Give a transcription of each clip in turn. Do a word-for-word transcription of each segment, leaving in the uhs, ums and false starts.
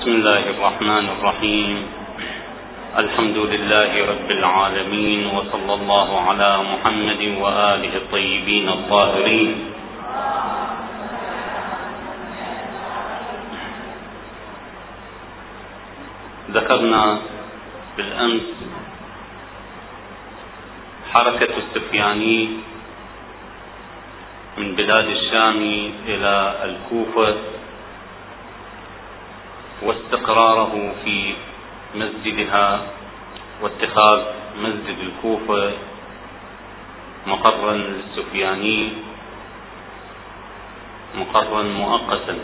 بسم الله الرحمن الرحيم. الحمد لله رب العالمين، وصلى الله على محمد وآله الطيبين الطاهرين. ذكرنا بالأمس حركة السفياني من بلاد الشام إلى الكوفة، واستقراره في مسجدها، واتخاذ مسجد الكوفة مقرا للسفياني، مقرا مؤقتا.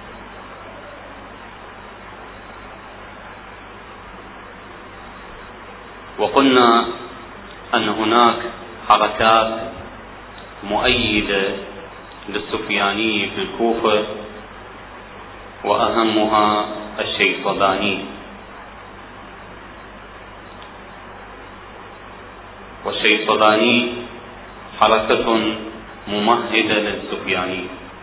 وقلنا أن هناك حركات مؤيدة للسفياني في الكوفة، وأهمها الشيصباني. والشيصباني حركة ممهدة للسفياني.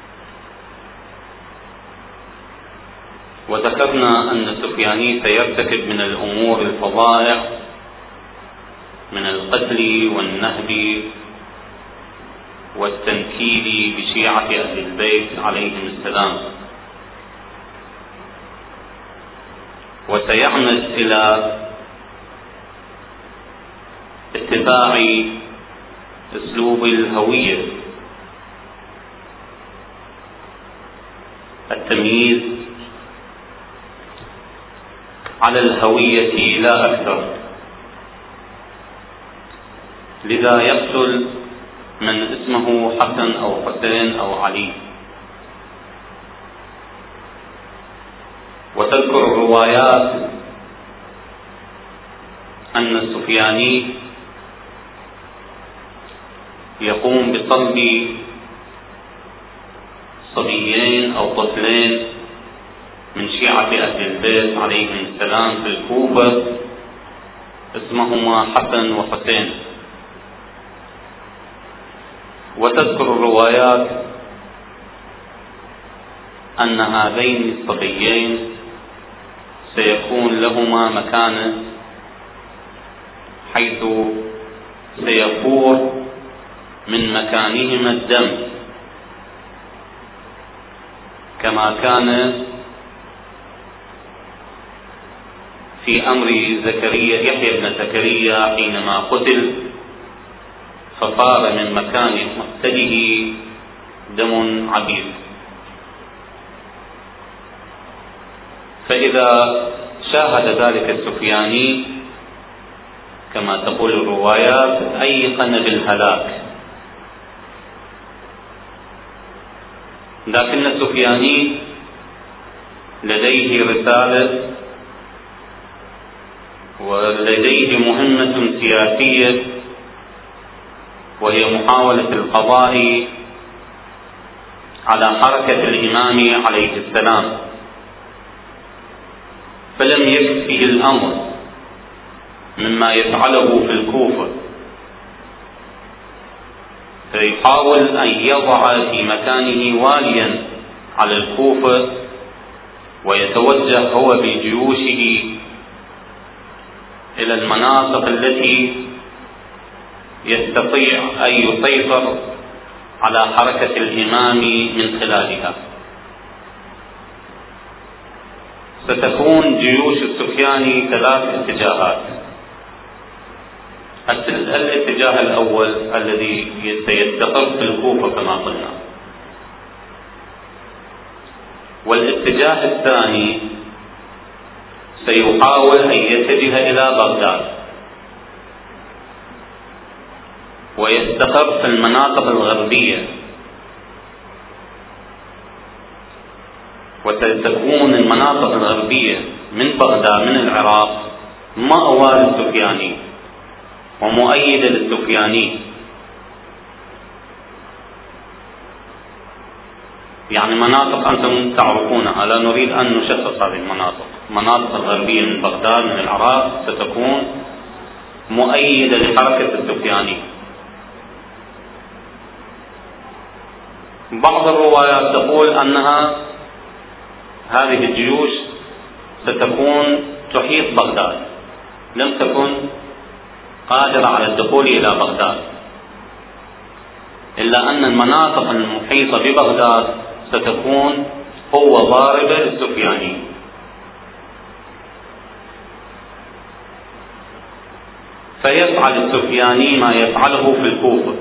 وذكرنا أن السفياني سيرتكب من الأمور الفظائع من القتل والنهب والتنكيل بشيعة أهل البيت عليهم السلام، وسيعمد إلى اتباع أسلوب الهوية، التمييز على الهوية لا أكثر. لذا يقتل من اسمه حسن أو حسين أو علي. وتذكر الروايات أن السفياني يقوم بصلب صبيين أو طفلين من شيعة أهل البيت عليهم السلام في الكوفة، اسمهما حسن وحسين. وتذكر الروايات أن هذين الصبيين سيكون لهما مكانة، حيث سيفور من مكانهما الدم، كما كان في أمر زكريا يحيى بن زكريا حينما قتل، فصار من مكان مقتله دم عبيد. فإذا شاهد ذلك السفياني كما تقول الروايات أيقن بالهلاك. لكن السفياني لديه رسالة ولديه مهمة سياسية، وهي محاولة القضاء على حركة الإمام عليه السلام. فلم يكفه الأمر مما يفعله في الكوفة، فيحاول أن يضع في مكانه واليا على الكوفة، ويتوجه هو بجيوشه إلى المناطق التي يستطيع أن يسيطر على حركة الإمام من خلالها. ستكون جيوش السفياني ثلاث اتجاهات. الاتجاه الأول الذي سيستقر في الكوفة كما قلنا، والاتجاه الثاني سيحاول أن يتجه إلى بغداد ويستقر في المناطق الغربية، وستكون المناطق الغربية من بغداد من العراق مأوى للسفياني ومؤيدة للسفياني. يعني مناطق أنتم تعرفونها، لا نريد أن نشخص هذه المناطق. مناطق الغربية من بغداد من العراق ستكون مؤيدة لحركة السفياني. بعض الروايات تقول أنها هذه الجيوش ستكون تحيط بغداد، لم تكن قادرة على الدخول إلى بغداد، إلا أن المناطق المحيطة ببغداد ستكون قوة ضاربة للسفياني. فيفعل السفياني ما يفعله في الكوفة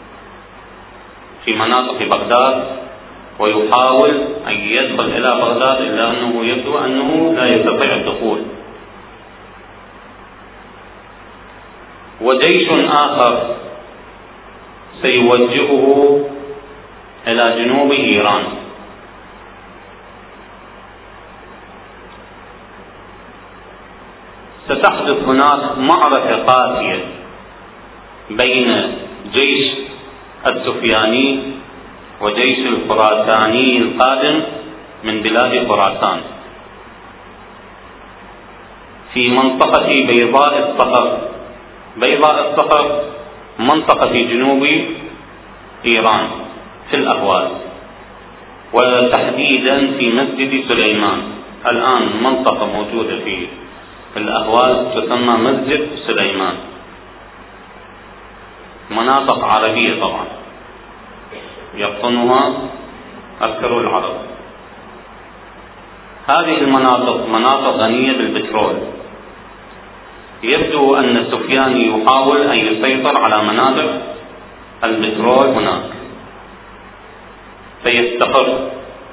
في مناطق بغداد، ويحاول أن يدخل إلى بغداد، إلا أنه يبدو أنه لا يستطيع الدخول. وجيش آخر سيوجهه إلى جنوب إيران. ستحدث هناك معركة قاسية بين جيش السفياني وجيش الخراساني القادم من بلاد خراسان في منطقة بيضاء الصخر. بيضاء الصخر منطقة في جنوب إيران في الأهواز، وتحديدا في مسجد سليمان. الآن منطقة موجودة في الأهواز تسمى مسجد سليمان، مناطق عربية طبعا يقطنها أكثر العرب. هذه المناطق مناطق غنية بالبترول. يبدو أن السفياني يحاول أن يسيطر على منابع البترول هناك، فيستقر.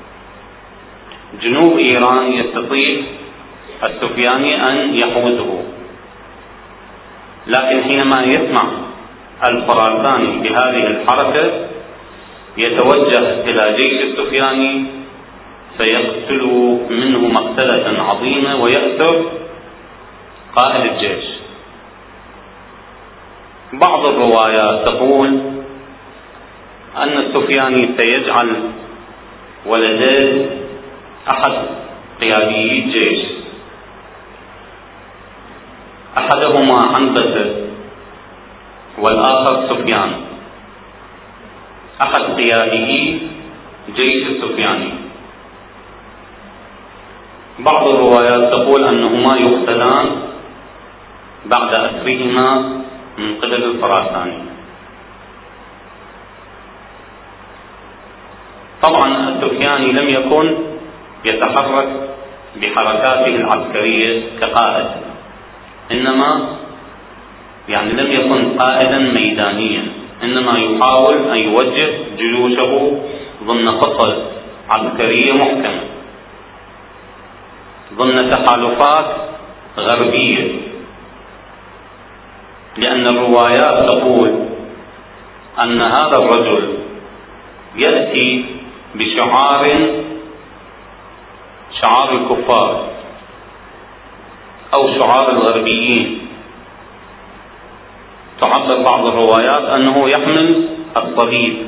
جنوب إيران يستطيع السفياني أن يحوزه، لكن حينما يسمع الخراساني بهذه الحركة يتوجه إلى جيش السفياني فيقتل منه مقتلة عظيمة ويأسر قائد الجيش. بعض الروايات تقول أن السفياني سيجعل ولديه أحد قياديي الجيش، أحدهما عنبسة والآخر سفيان، أحد قياديي جيش السفياني. بعض الروايات تقول أنهما يقتلان بعد أسرهما من قبل الخراساني. طبعا السفياني لم يكن يتحرك بحركاته العسكرية كقائد، إنما يعني لم يكن قائدا ميدانيا، إنما يحاول أن يوجه جيوشه ضمن خطة عسكرية محكمة، ضمن تحالفات غربية. لأن الروايات تقول أن هذا الرجل يأتي بشعار شعار الكفار أو شعار الغربيين. تعبر بعض الروايات أنه يحمل الصليب.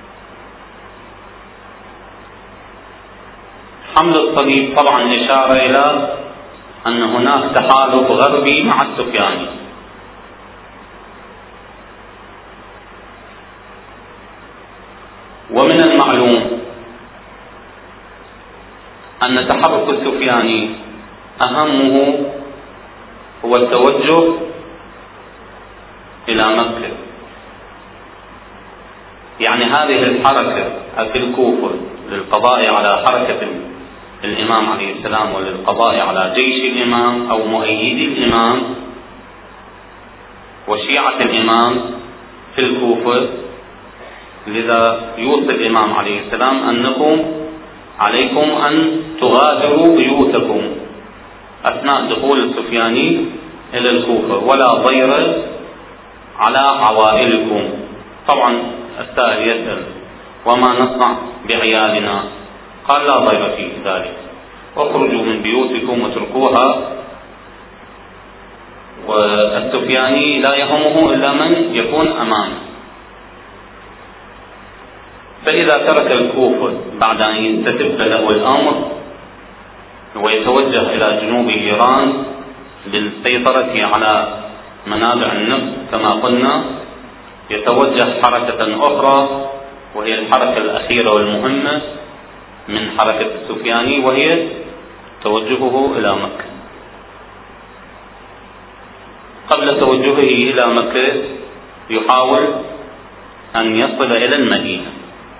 حمل الصليب طبعا إشارة إلى أن هناك تحالف غربي مع السفياني. ومن المعلوم أن تحرك السفياني أهمه هو التوجه إلى مكة. يعني هذه الحركة في الكوفة للقضاء على حركة الإمام عليه السلام وللقضاء على جيش الإمام أو مؤيدي الإمام وشيعة الإمام في الكوفة. لذا يوصي الإمام عليه السلام أنكم عليكم أن تغادروا بيوتكم أثناء دخول السفياني إلى الكوفة، ولا ضير على عوائلكم. طبعا السائل يسأل وما نصنع بعيالنا؟ قال لا ضير في ذلك، اخرجوا من بيوتكم واتركوها. والسفياني لا يهمه إلا من يكون أمامه. فإذا ترك الكوفة بعد أن يستتب له الأمر ويتوجه إلى جنوب إيران للسيطرة على منابع النفط كما قلنا، يتوجه حركة أخرى وهي الحركة الأخيرة والمهمة من حركة السفياني، وهي توجهه إلى مكة. قبل توجهه إلى مكة يحاول أن يصل إلى المدينة،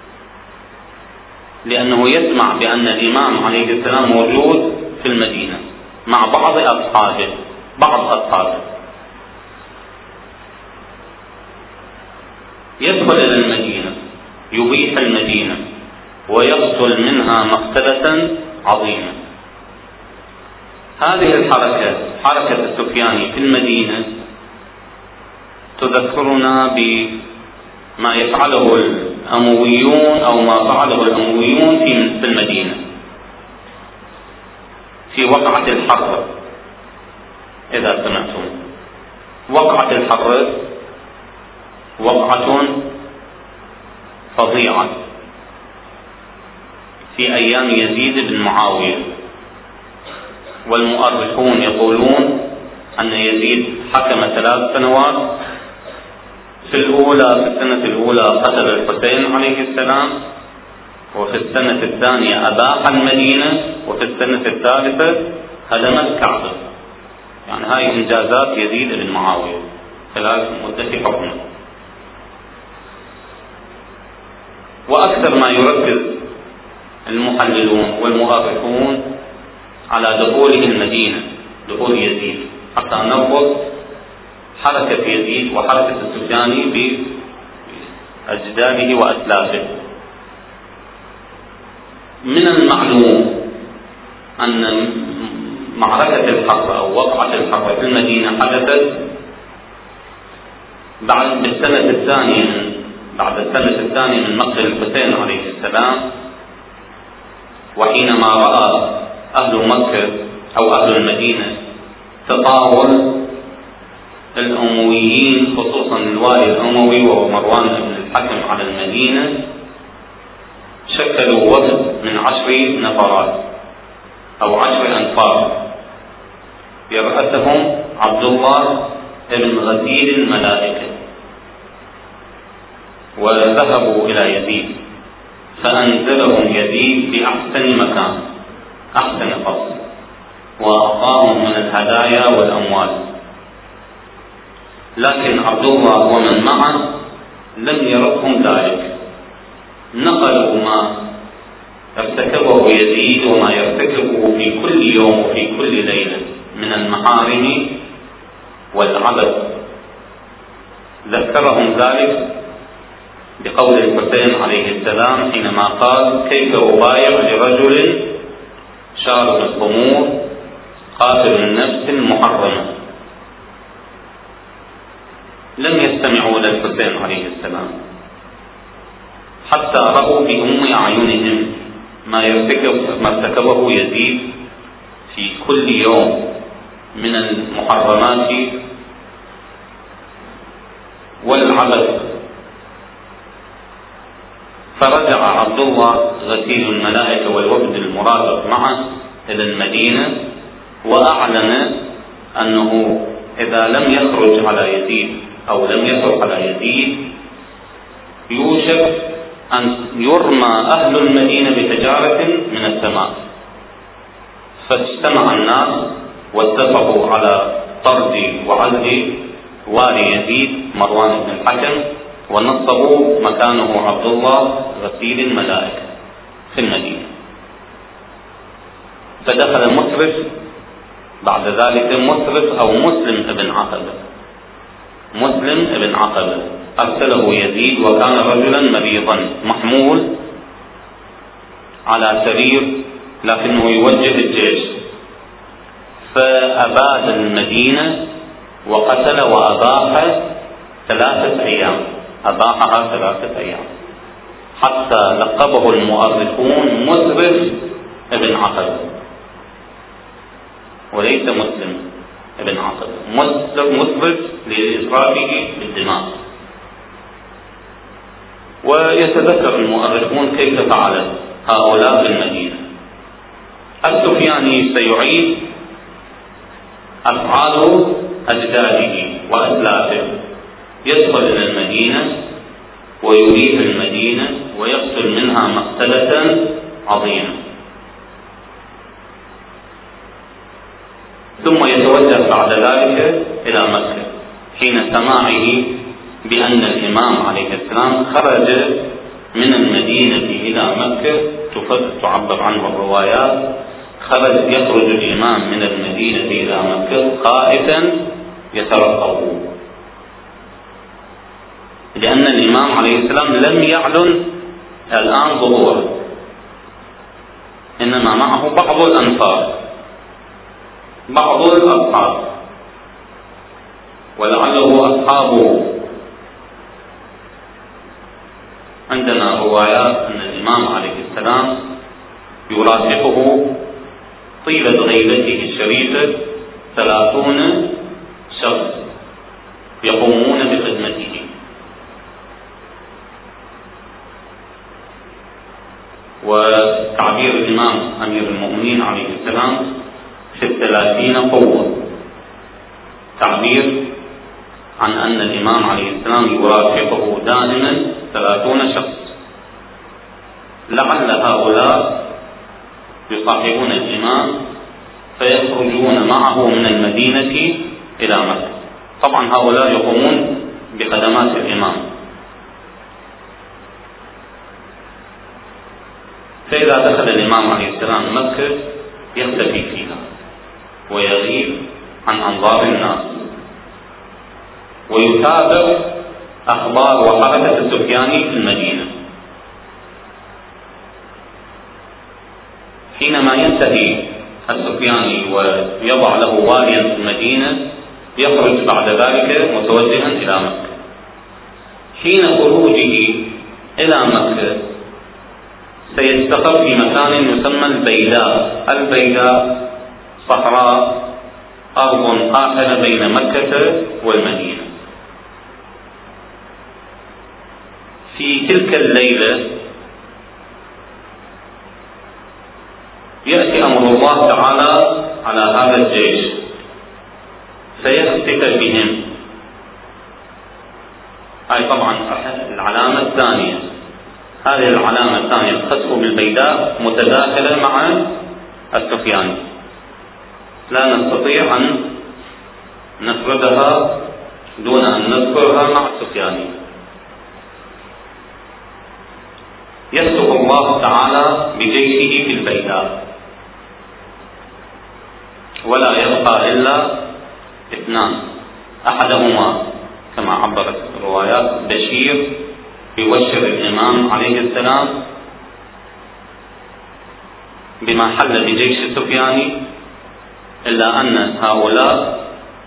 لأنه يسمع بأن الإمام عليه السلام موجود في المدينة مع بعض أصحابه بعض أصحابه يدخل إلى المدينة، يبيح المدينة ويقتل منها مقتلة عظيمة. هذه الحركة، حركة السفياني في المدينة، تذكرنا بما يفعله الأمويون أو ما فعله الأمويون في المدينة في وقعة الحرة. إذا سمعتم وقعة الحرة وقعة فظيعة في أيام يزيد بن معاوية، والمؤرخون يقولون أن يزيد حكم ثلاث سنوات. في الأولى في السنة الأولى قتل الحسين عليه السلام، وفي السنة الثانية أباح المدينة، وفي السنة الثالثة هدم الكعبة. يعني هاي إنجازات يزيد بن معاوية خلال مدة حكمه. وأكثر ما يركز المحللون والمؤرخون على دخوله المدينة، دخول يزيد، حتى نربط حركة يزيد وحركة السفياني بأجداده وأسلافه. من المعلوم أن معركة الحرة أو وقعة الحرة في المدينة حدثت بعد السنة الثانية من بعد السنة الثانية من مقتل الحسين عليه السلام، وحينما رأى أهل مكة أو أهل المدينة تطاول الأمويين، خصوصا الوالي الأموي وهو مروان بن الحكم على المدينة، شكلوا وفد من عشر نفرات أو عشر أنفار يرأسهم عبد الله بن غسيل الملائكة، وذهبوا إلى يزيد فأنزلهم يزيد بأحسن مكان، أحسن قصر، وأعطاهم من الهدايا والأموال. لكن عبد الله ومن معه لم يرهم ذلك، نقلوا ما ارتكبه يزيد وما يرتكبه في كل يوم وفي كل ليلة من المحارم والعبث. ذكرهم ذلك بقول الحسين عليه السلام حينما قال: كيف أبايع لرجل شارب الخمور قاتل النفس المحرمة. لم يستمعوا للحسين عليه السلام حتى رأوا بأم أعينهم ما يرتكب ما ارتكبه يزيد في كل يوم من المحرمات والعبث. فرجع عبد الله غسيل الملائكة والوفد المرافق معه إلى المدينة، وأعلن أنه إذا لم يخرج على يزيد أو لم يخرج على يزيد يوشك أن يرمى أهل المدينة بحجارة من السماء. فاجتمع الناس واتفقوا على طرد وعزل والي يزيد مروان بن الحكم، ونصبوا مكانه عبد الله غسيل الملائكة في المدينة. فدخل مسرف بعد ذلك، مسرف أو مسلم ابن عقبة، مسلم ابن عقبة أرسله يزيد، وكان رجلا مريضا محمول على سرير لكنه يوجه الجيش، فأباد المدينة وقتل وأباح ثلاثة أيام، أباحها ثلاثة أيام، حتى لقبه المؤرخون مسرف ابن عقبة وليس مسلم ابن عقبة، مسرف لإسرافه بالدماء. ويتذكر المؤرخون كيف فعل هؤلاء بالمدينة. السفياني سيعيد أفعال أجداده وأسلافه، يدخل إلى المدينة ويريد المدينة ويقتل منها مقتلة عظيمة. ثم يتوجه بعد ذلك إلى مكة حين سماعه بأن الإمام عليه السلام خرج من المدينة إلى مكة. تعبر عنه الروايات: خرج يخرج الإمام من المدينة إلى مكة خائفا يترقب، لأن الإمام عليه السلام لم يعلن الآن ظهوره، إنما معه بعض الأنفار، بعض الأصحاب، ولعله أصحابه. عندنا روايات أن الإمام عليه السلام يرافقه طيلة غيبته الشريفة ثلاثون شخص يقومون بخدمته. وتعبير الإمام أمير المؤمنين عليه السلام في الثلاثين قوة، تعبير عن أن الإمام عليه السلام يرافقه دائما ثلاثون شخص. لعل هؤلاء يصاحبون الإمام فيخرجون معه من المدينة إلى مكة. طبعا هؤلاء يقومون بخدمات الإمام. فإذا دخل الإمام عليه السلام مكة يختفي فيها ويغيب عن أنظار الناس، ويتابع أخبار وحركة السفياني في المدينة. حينما ينتهي السفياني ويضع له واليا في المدينة يخرج بعد ذلك متوجها إلى مكة. حين خروجه إلى مكة سيستقر في مكان يسمى البيداء. البيداء صحراء، أرض قاحلة بين مكة والمدينة. في تلك الليلة يأتي أمر الله تعالى على هذا الجيش فيختفي بهم. هاي طبعا العلامة الثانية. هذه العلامة الثانية الخسف بالبيداء متداخلة مع السفياني، لا نستطيع أن نفردها دون أن نذكرها مع السفياني. يسلك الله تعالى بجيشه في البيداء ولا يبقى إلا اثنان، أحدهما كما عبرت الروايات بشير يبشر الإمام عليه السلام بما حل بجيش السفياني، إلا أن هؤلاء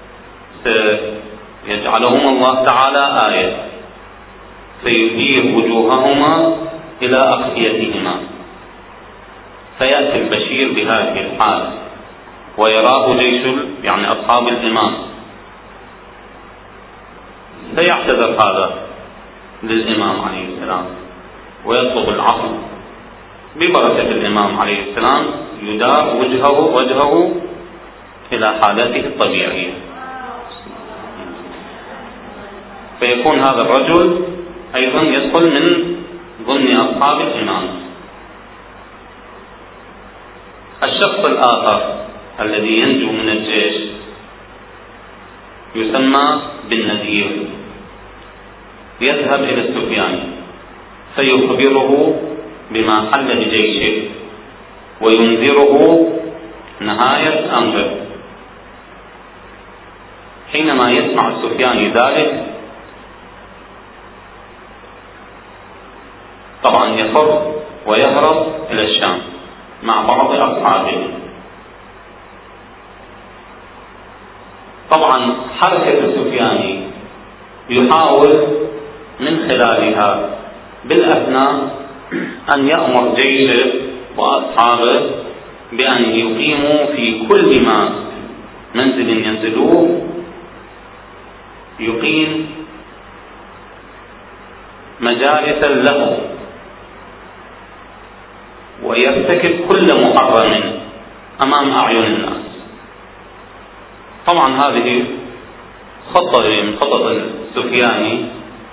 سيجعلهم الله تعالى آية، سيدير وجوههما إلى أقفيتهما، فيأتي البشير بهذه الحال ويراه جيش يعني أصحاب الإمام، فيعتذر هذا للإمام عليه السلام ويطلب العفو. ببركة الإمام عليه السلام يدار وجهه وجهه إلى حالته الطبيعية، فيكون هذا الرجل أيضا يدخل من ضمن أصحاب الإمام. الشخص الآخر الذي ينجو من الجيش يسمى بالنذير، يذهب إلى السفياني فيخبره بما حل بجيشه وينذره نهاية أمره. حينما يسمع السفياني ذلك طبعا يفر ويهرب إلى الشام مع بعض أصحابه. طبعا حركة السفياني يحاول من خلالها بالأثناء أن يأمر جيشه وأصحابه بأن يقيموا في كل ما منزل ينزلوه يقيم مجالس له ويرتكب كل محرم أمام أعين الناس. طبعا هذه خطة من خطط السفياني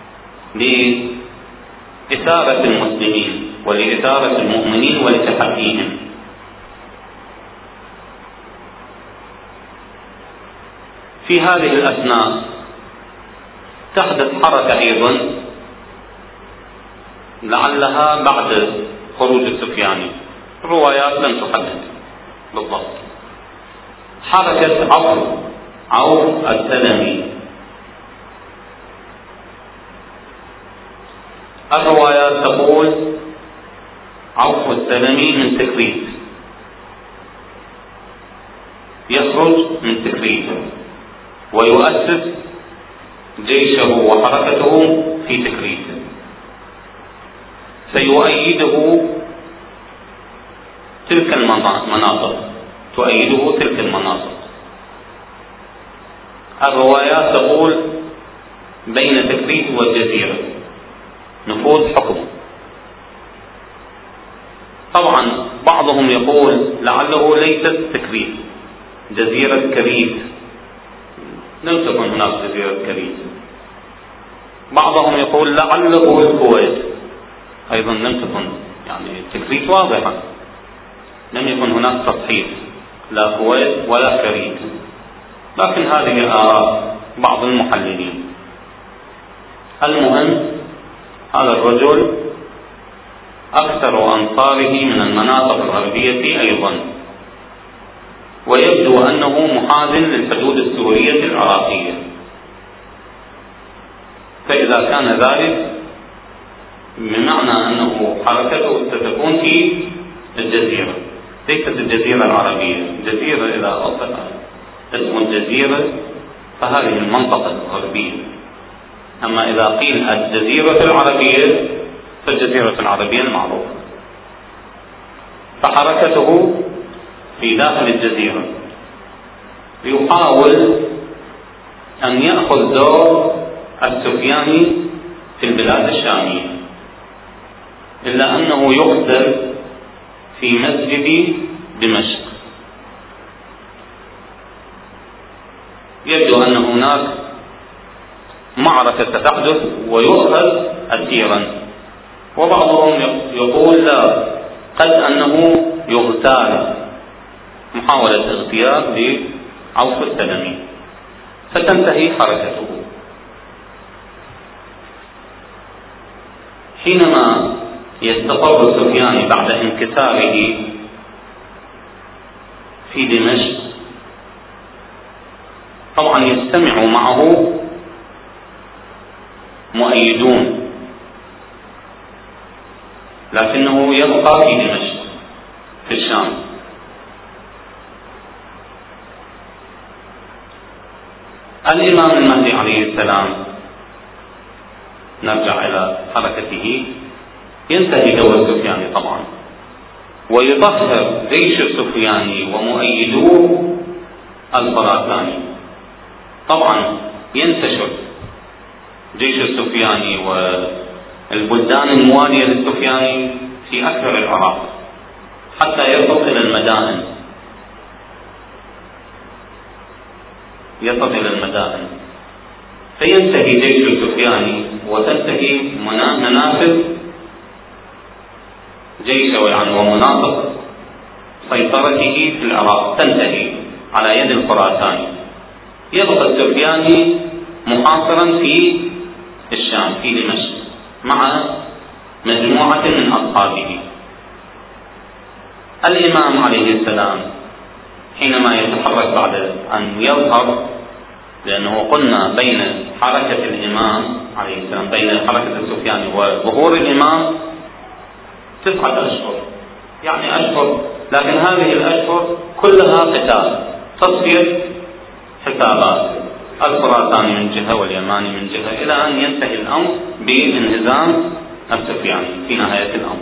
لإثارة المسلمين ولإثارة المؤمنين ولتحديهم. في هذه الأثناء تحدث حركة أيضا لعلها بعد خروج السفياني، الروايات لم تحدد بالضبط، حركة عفو عوف السلمي. الروايات تقول عوف السلمي من تكريت، يخرج من تكريت ويؤسس جيشه وحركته في تكريت، سيؤيده تلك المناطق، تؤيده تلك المناطق. الروايات تقول بين تكريت والجزيرة نفوذ حكم. طبعا بعضهم يقول لعله ليست تكريت، جزيرة كريت، لم تكن هناك جزيرة كريت. بعضهم يقول لعله الكويت، أيضا لم تكن، يعني تكريت واضحة، لم يكن هناك تصحيح لا كويت ولا كريت، لكن هذه آراء بعض المحللين. المهم هذا الرجل أكثر أنصاره من المناطق الغربية أيضا، ويبدو أنه محاذ للحدود السورية العراقية، فإذا كان ذلك بمعنى أنه حركته ستكون في الجزيرة، ليست الجزيرة العربية. جزيرة إذا أطلق اسم الجزيرة فهذه المنطقة الغربية، أما إذا قيل الجزيرة العربية فالجزيرة العربية المعروفة. فحركته في داخل الجزيرة يحاول أن يأخذ دور السفياني في البلاد الشامية، إلا أنه يقتل في مسجد دمشق. يبدو أن هناك معركة ستحدث ويؤخذ أسيرا، وبعضهم يقول لا، قد أنه يغتال، محاولة اغتيال لعوف السلمي، فتنتهي حركته. حينما يستقر السفياني بعد انكساره في دمشق، طبعا يجتمع معه مؤيدون، لكنه يبقى في دمشق في الشام. الإمام المهدي عليه السلام، نرجع إلى حركته، ينتهي دور السفياني طبعا، ويطهر جيش السفياني ومؤيدوه الخراساني. طبعا ينتشر جيش السفياني والبلدان الموالية للسفياني في أكثر العراق حتى يصل إلى المدائن، يصل إلى المدائن فينتهي جيش السفياني وتنتهي منافذ جيشه يعني ومناطق سيطرته في العراق، تنتهي على يد الخراساني. يبقى السفياني محاصرا في الشام في دمشق مع مجموعة من أصحابه. الإمام عليه السلام حينما يتحرك بعد أن يظهر، لأنه قلنا بين حركة الإمام عليه السلام، بين حركة السفياني وظهور الإمام تسعة أشهر، يعني أشهر، لكن هذه الأشهر كلها قتال، تصفية حسابات، الخراساني من جهة واليماني من جهة، إلى أن ينتهي الأمر بانهزام السفياني في نهاية الأمر.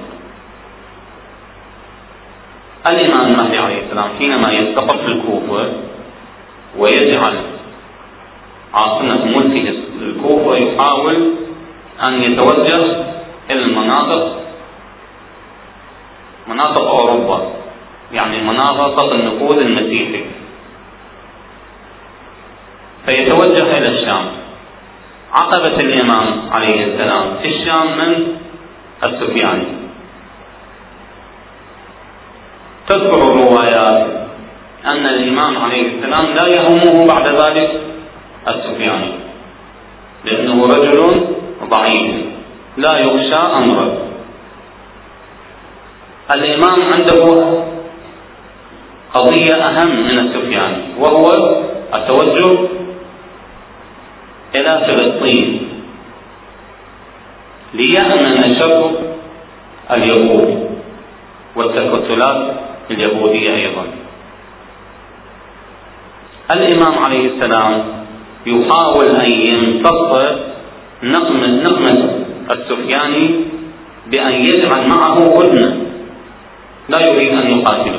الإمام المهدي عليه السلام حينما يستقر في الكوفة ويجعل عاصمة ملكه الكوفة، يحاول أن يتوجه إلى المناطق، مناطق أوروبا، يعني مناطق النفوذ المسيحي، فيتوجه إلى الشام. عقبة الإمام عليه السلام في الشام من السفياني. تذكر الروايات أن الإمام عليه السلام لا يهمه بعد ذلك السفياني، لأنه رجل ضعيف لا يخشى أمره. الإمام عنده قضية أهم من السفياني، وهو التوجه إلى فلسطين ليأمن شر اليهود والتكتلات اليهودية أيضا. الإمام عليه السلام يحاول أن يمتص نقمة نقمة السفياني بأن يجعل معه هدنة، لا يريد أن يقاتله.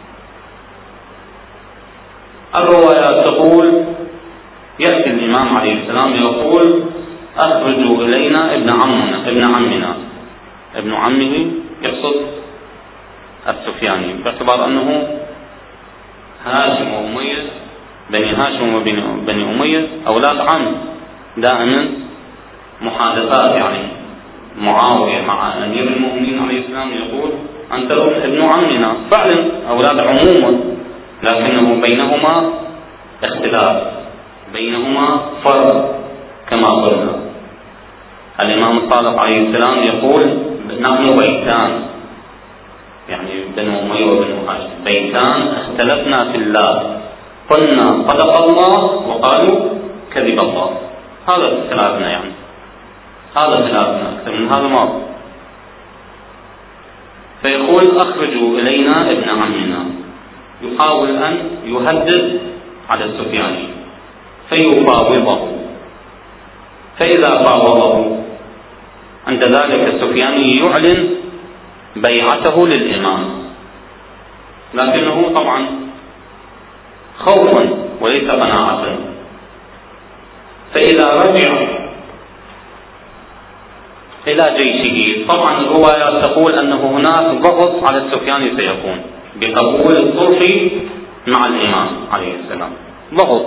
الروايات تقول يأتي الإمام عليه السلام يقول أخرجوا إلينا ابن عمنا ابن عمنا ابن عمه، يقصد السفياني باعتبار أنه هاشم وأمية، بني هاشم وبني أمية أولاد عم، دائما محادثات يعني معاوية مع أمير المؤمنين عليه السلام يقول أنت ابن عمنا، فعلا أولاد عموما، لكنه بينهما اختلاف، بينهما فرق كما قلنا. الإمام الصادق عليه السلام يقول نحن بيتان، يعني بنو أمية وبنو هاشم بيتان اختلفنا في الله، قلنا صدق الله وقالوا كذب الله. هذا اختلافنا، يعني هذا خلافنا أكثر من هذا ما. فيقول أخرجوا إلينا ابن عمنا، يحاول أن يهدد على السفياني فيفاوضه. فإذا فاوضه عند ذلك السفياني يعلن بيعته للإمام، لكنه طبعا خوفا وليس قناعة. فإذا رجع إلى جيشه، طبعا الروايات تقول أنه هناك ضغط على السفياني سيكون بقبول الصلح مع الإمام عليه السلام، ضغط.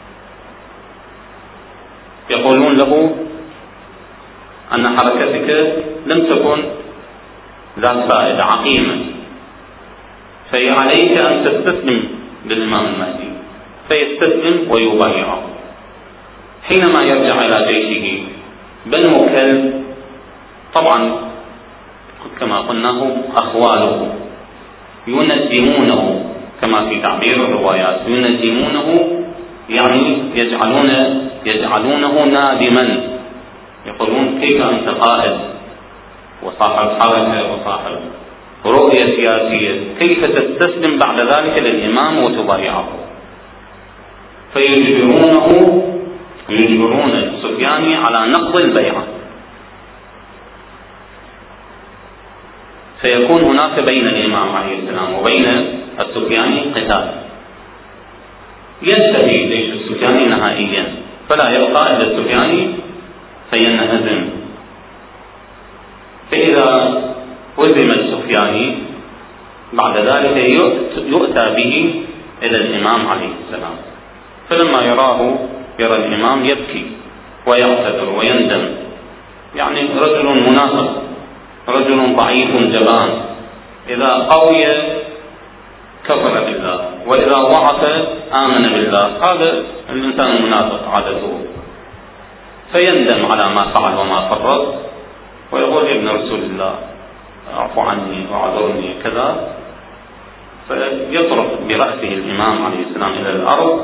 يقولون له أن حركتك لم تكن ذات فائدة عقيمة، فهي عليك أن تستسلم للإمام المهدي، فيستسلم ويبايعه. حينما يرجع إلى جيشه بنو كلب طبعا كما قلنا هم أخواله، يندمونه كما في تعبير الروايات، يندمونه يعني يجعلون يجعلونه نادما، يقولون كيف أنت قائد وصاحب حركة وصاحب رؤية سياسية، كيف تستسلم بعد ذلك للإمام وتبايعه؟ فيجبرونه يجبرون السفياني على نقض البيعة. فيكون هناك بين الإمام عليه السلام وبين السفياني قتال، ينتهي جيش السفياني نهائيا، فلا يبقى إلا السفياني فينهزم. فإذا هزم السفياني بعد ذلك يؤتى به إلى الإمام عليه السلام، فلما يراه يرى الإمام يبكي ويعتذر ويندم، يعني رجل منافق، رجل ضعيف جبان، إذا قوي كفر بالله وإذا ضعف آمن بالله، هذا الإنسان المنافق عادته. فيندم على ما فعل وما فرط ويقول ابن رسول الله اعفو عني واعذرني كذا، فيطرق برأسه الإمام عليه السلام إلى الأرض.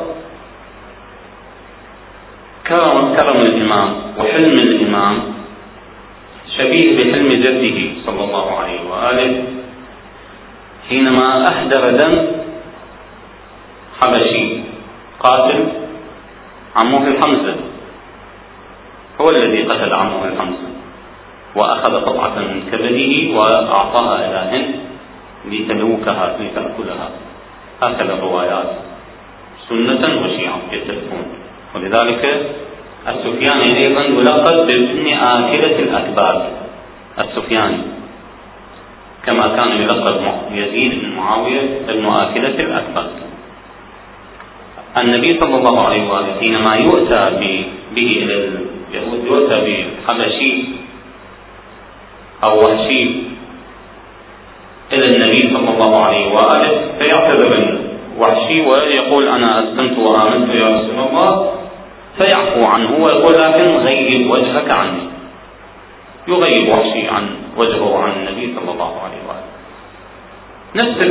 كرم, كرم الإمام وحلم الإمام شبيه بحلم جده صلى الله عليه وآله حينما أهدر دم حبشي قاتل عمه الحمزة، هو الذي قتل عمه الحمزة وأخذ قطعة من كبده وأعطاها إلى هند لتلوكها لتأكلها. هكذا الروايات سنة وشيعة يتفقون. ولذلك السفياني أيضا يلقب بابن آكلة الأكباد، السفياني كما كان يلقب يزيد بن معاوية ابن آكلة الأكباد. النبي صلى الله عليه وآله حينما يؤتى به إلى اليهود يؤتى بحبشي أو وحشي إلى النبي صلى الله عليه وآله فيعتذر وحشي ويقول أنا أسلمت وآمنت يا رسول الله، فيعفو عنه ويقول لكن غيب وجهك عني، يغيب وحشي عن وجهه عن النبي صلى الله عليه وآله. نفس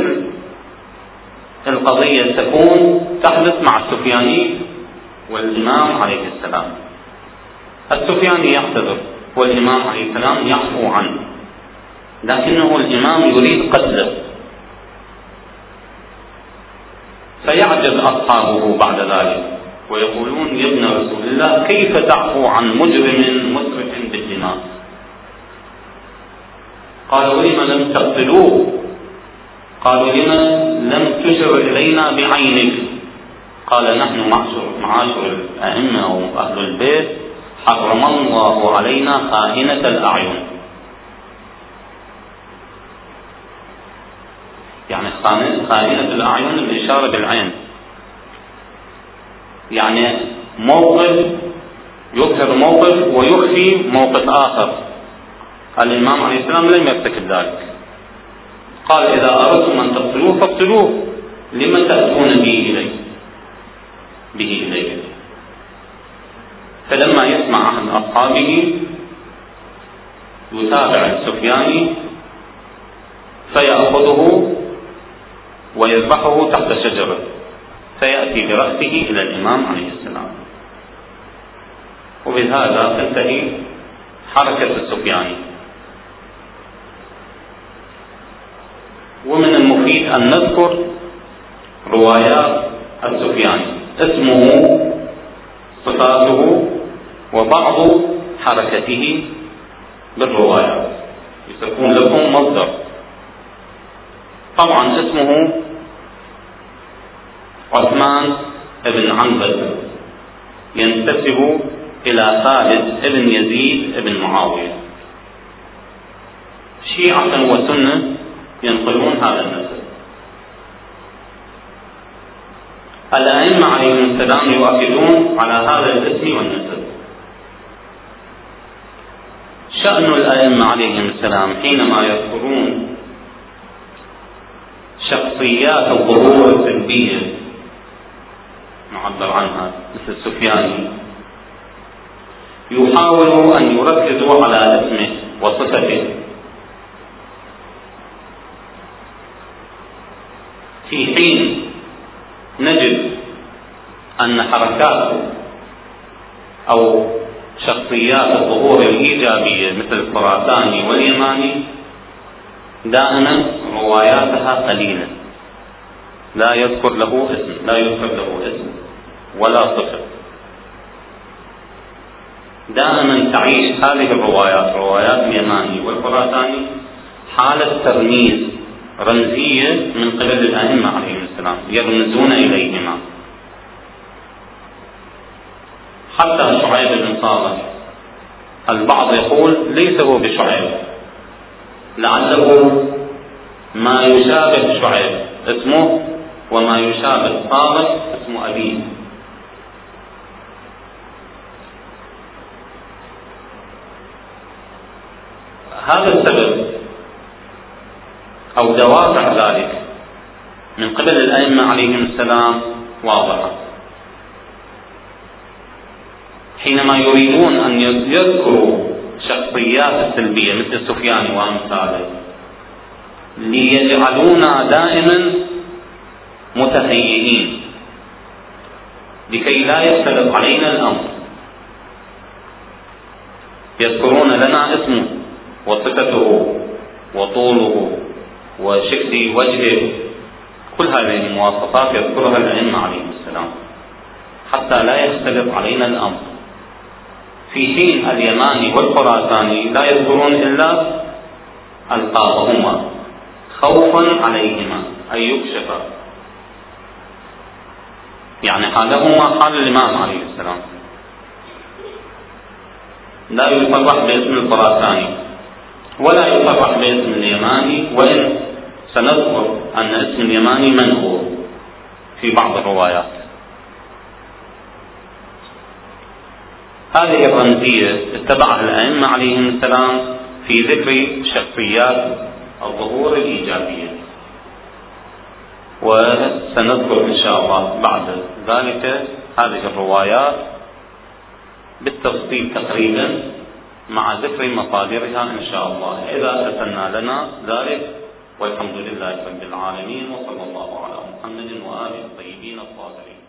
القضية تكون تحدث مع السفياني والإمام عليه السلام. السفياني يعتذر والإمام عليه السلام يعفو عنه، لكنه الإمام يريد قتله، فيعجز أصحابه بعد ذلك ويقولون يا ابن رسول الله كيف تعفو عن مجرم مسرف بالدماء؟ قالوا لم لم تقتلوه؟ قالوا لما لم تشر إلينا بعينك؟ قال نحن معشر معاشر الأئمة وأهل البيت حرم الله علينا خائنة الأعين. يعني خائنة الأعين الإشارة بالعين، يعني موقف يظهر موقف ويخفي موقف آخر. الإمام عليه السلام لم يرتكب ذلك، قال إذا أردتم أن تقتلوه فاقتلوه، لما تأتون به إليه به إليه فلما يسمع أحد أصحابه يتابع السفياني فيأخذه ويذبحه تحت شجرة، فيأتي برأسه إلى الإمام عليه السلام، وبهذا تنتهي حركة السفياني. ومن المفيد أن نذكر روايات السفياني، اسمه، صفاته، وبعض حركته بالروايات، يكون لكم مصدر. طبعا اسمه عثمان بن عنبد، ينتسب إلى خالد بن يزيد بن معاوية. شيعة وسنة ينقلون هذا النسب. الأئمة عليهم السلام يؤكدون على هذا الاسم والنسب. شأن الأئمة عليهم السلام حينما يذكرون شخصيات الظهور السلبية نعبر عنها مثل السفياني، يحاولوا أن يركزوا على اسمه وصفته، في حين نجد أن حركات أو شخصيات الظهور الإيجابية مثل الخراساني واليماني دائما رواياتها قليلة، لا يذكر له اسم لا يذكر له اسم ولا صفة. دائما تعيش هذه الروايات، روايات اليماني والخراساني، حالة ترميز رمزية من قبل الأئمة عليهم السلام، يرمزون إليهما. حتى شعيب بن صالح البعض يقول ليس هو بشعيب، لعله ما يشابه شعيب اسمه وما يشابه صالح اسم أبيه. هذا السبب أو دوافع ذلك من قبل الأئمة عليهم السلام واضحة. حينما يريدون أن يذكروا شخصيات السلبية مثل السفياني وأمثاله ليجعلونا دائما متهيئين لكي لا يختلط علينا الأمر، يذكرون لنا اسمه وصفته وطوله وشكل وجهه، كل هذه المواصفات يذكرها الأئمة عليهم السلام حتى لا يختلط علينا الأمر، في حين اليماني والخراساني لا يذكرون إلا ألقابهما خوفا عليهما أن يكشفا، يعني حالهما حال الإمام عليه السلام. لا يصرح باسم الخراساني ولا يصرح باسم اليماني، وإن سنذكر أن اسم اليماني منقول في بعض الروايات. هذه الرمزية اتبعها الأئمة عليهم السلام في ذكر شخصيات الظهور الإيجابية، وسنذكر إن شاء الله بعد ذلك هذه الروايات بالتفصيل تقريبا مع ذكر مصادرها إن شاء الله إذا أرسلنا لنا ذلك. والحمد لله رب العالمين، وصلى الله على محمد وآله الطيبين الطاهرين.